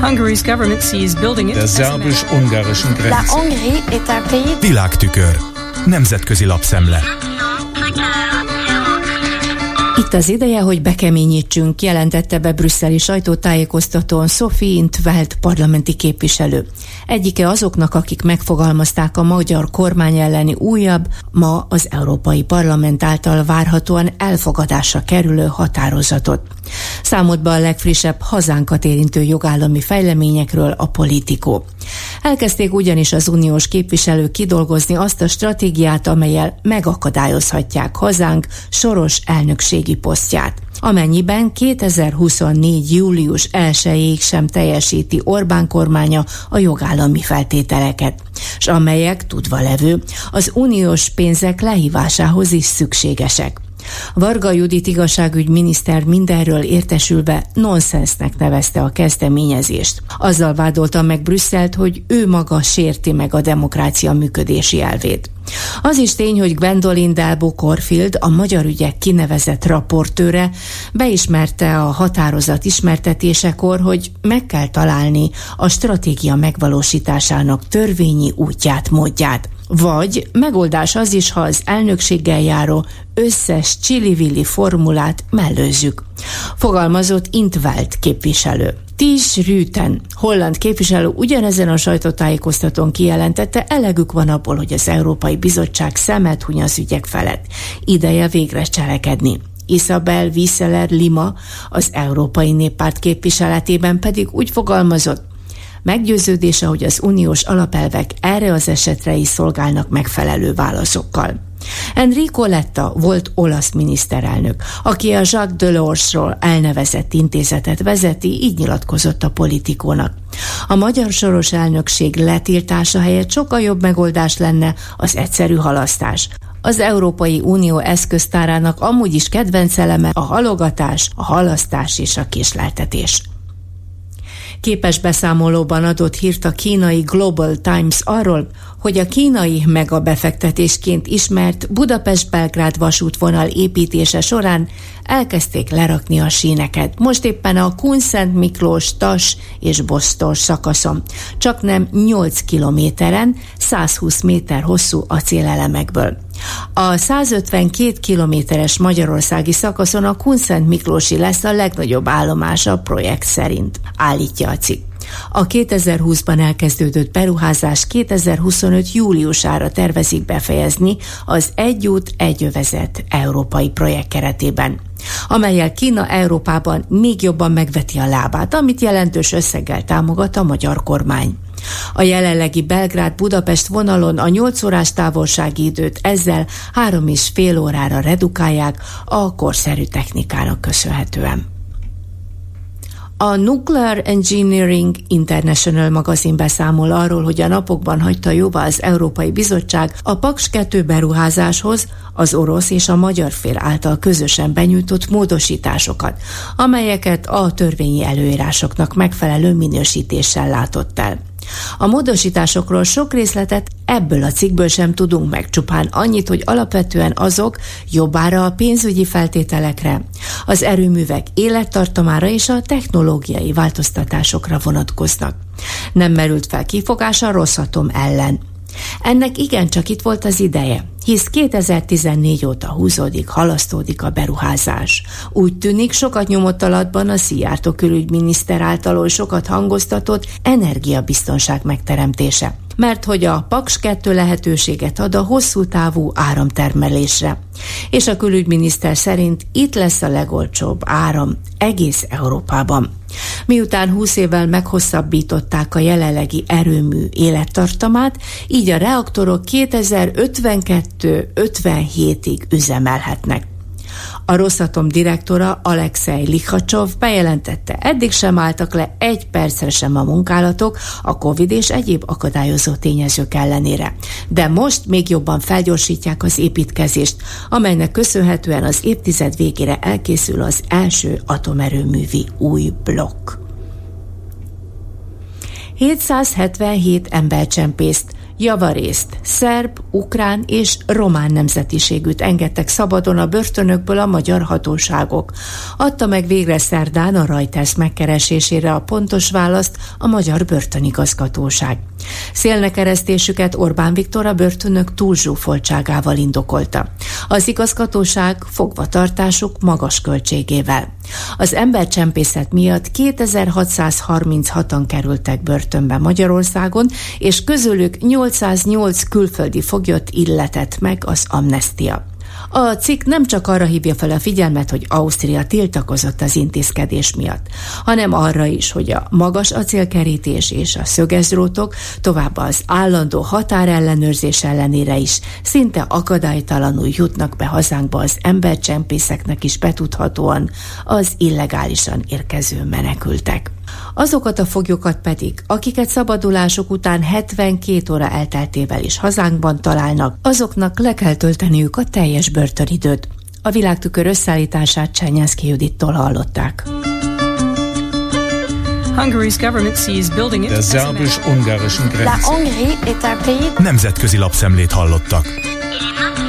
der szerbus-ungarischen Grenze. La Hongrie est un pays. Világtükör. Nemzetközi lapszemle. Itt az ideje, hogy bekeményítsünk, jelentette be brüsszeli sajtótájékoztatón Sophie in 't Veld parlamenti képviselő. Egyike azoknak, akik megfogalmazták a magyar kormány elleni újabb, ma az Európai Parlament által várhatóan elfogadásra kerülő határozatot. Számolt be a legfrissebb hazánkat érintő jogállami fejleményekről a Politico. Elkezdték ugyanis az uniós képviselők kidolgozni azt a stratégiát, amellyel megakadályozhatják hazánk soros elnökségi posztját, amennyiben 2024. július 1-ig sem teljesíti Orbán kormánya a jogállami feltételeket, s amelyek, tudva levő, az uniós pénzek lehívásához is szükségesek. Varga Judit igazságügyminiszter mindenről értesülve nonsensnek nevezte a kezdeményezést. Azzal vádolta meg Brüsszelt, hogy ő maga sérti meg a demokrácia működési elvét. Az is tény, hogy Gwendoline Delbo-Corfield, a magyar ügyek kinevezett raportőre beismerte a határozat ismertetésekor, hogy meg kell találni a stratégia megvalósításának törvényi útját, módját. Vagy megoldás az is, ha az elnökséggel járó összes csili-villi formulát mellőzzük, fogalmazott in 't Veld képviselő. Ties Rüten, holland képviselő ugyanezen a sajtótájékoztatón kijelentette, elegük van abból, hogy az Európai Bizottság szemet huny az ügyek felett. Ideje végre cselekedni. Isabel Wieseler Lima, az Európai Néppárt képviseletében pedig úgy fogalmazott, meggyőződése, hogy az uniós alapelvek erre az esetre is szolgálnak megfelelő válaszokkal. Enrico Letta volt olasz miniszterelnök, aki a Jacques Delorsról elnevezett intézetet vezeti, így nyilatkozott a Politikónak. A magyar soros elnökség letiltása helyett sokkal jobb megoldás lenne az egyszerű halasztás. Az Európai Unió eszköztárának amúgy is kedvenc eleme a halogatás, a halasztás és a késleltetés. Képes beszámolóban adott hírt a kínai Global Times arról, hogy a kínai megabefektetésként ismert Budapest-Belgrád vasútvonal építése során elkezdték lerakni a síneket. Most éppen a Kunszent Miklós, Tas és Bosztor szakaszon. Csaknem 8 kilométeren, 120 méter hosszú acélelemekből. A 152 kilométeres magyarországi szakaszon a Kunszent Miklósi lesz a legnagyobb állomása a projekt szerint, állítja a cikk. A 2020-ban elkezdődött beruházás 2025. júliusára tervezik befejezni az Egy út, egy övezet európai projekt keretében, amellyel Kína Európában még jobban megveti a lábát, amit jelentős összeggel támogat a magyar kormány. A jelenlegi Belgrád-Budapest vonalon a 8 órás távolsági időt ezzel 3,5 órára redukálják a korszerű technikának köszönhetően. A Nuclear Engineering International magazin beszámol arról, hogy a napokban hagyta jóvá az Európai Bizottság a Paks 2 beruházáshoz az orosz és a magyar fél által közösen benyújtott módosításokat, amelyeket a törvényi előírásoknak megfelelő minősítéssel látott el. A módosításokról sok részletet ebből a cikkből sem tudunk meg, csupán annyit, hogy alapvetően azok jobbára a pénzügyi feltételekre, az erőművek élettartamára és a technológiai változtatásokra vonatkoznak. Nem merült fel kifogás a Rosatom ellen. Ennek igencsak itt volt az ideje, hisz 2014 óta húzódik, halasztódik a beruházás. Úgy tűnik, sokat nyomott alatban a Szijjártó külügyminiszter által oly sokat hangoztatott energiabiztonság megteremtése, mert hogy a Paks 2 lehetőséget ad a hosszú távú áramtermelésre. És a külügyminiszter szerint itt lesz a legolcsóbb áram egész Európában. Miután 20 évvel meghosszabbították a jelenlegi erőmű élettartamát, így a reaktorok 2052-57-ig üzemelhetnek. A Rosatom direktora Alexej Lihacsov bejelentette, eddig sem álltak le egy percre sem a munkálatok a Covid és egyéb akadályozó tényezők ellenére. De most még jobban felgyorsítják az építkezést, amelynek köszönhetően az évtized végére elkészül az első atomerőművi új blokk. 777 embercsempészt, Javarészt szerb, ukrán és román nemzetiségűt engedtek szabadon a börtönökből a magyar hatóságok. Adta meg végre szerdán a Reuters megkeresésére a pontos választ a magyar börtönigazgatóság. Szélnekeresztésüket Orbán Viktor a börtönök túlzsúfoltságával indokolta. Az igazgatóság fogvatartásuk magas költségével. Az embercsempészet miatt 2636-an kerültek börtönbe Magyarországon, és közülük 808 külföldi foglyot illetett meg az amnesztia. A cikk nem csak arra hívja fel a figyelmet, hogy Ausztria tiltakozott az intézkedés miatt, hanem arra is, hogy a magas acélkerítés és a szögesdrótok, továbbá az állandó határellenőrzés ellenére is szinte akadálytalanul jutnak be hazánkba az embercsempészeknek is betudhatóan az illegálisan érkező menekültek. Azokat a foglyokat pedig, akiket szabadulásuk után 72 óra elteltével is hazánkban találnak, azoknak le kell tölteniük a teljes börtönidőt. A Világtükör összeállítását Csernyánszky Judittól hallották. Der szerbus-ungarischen Grenze. Nemzetközi lapszemlét hallottak.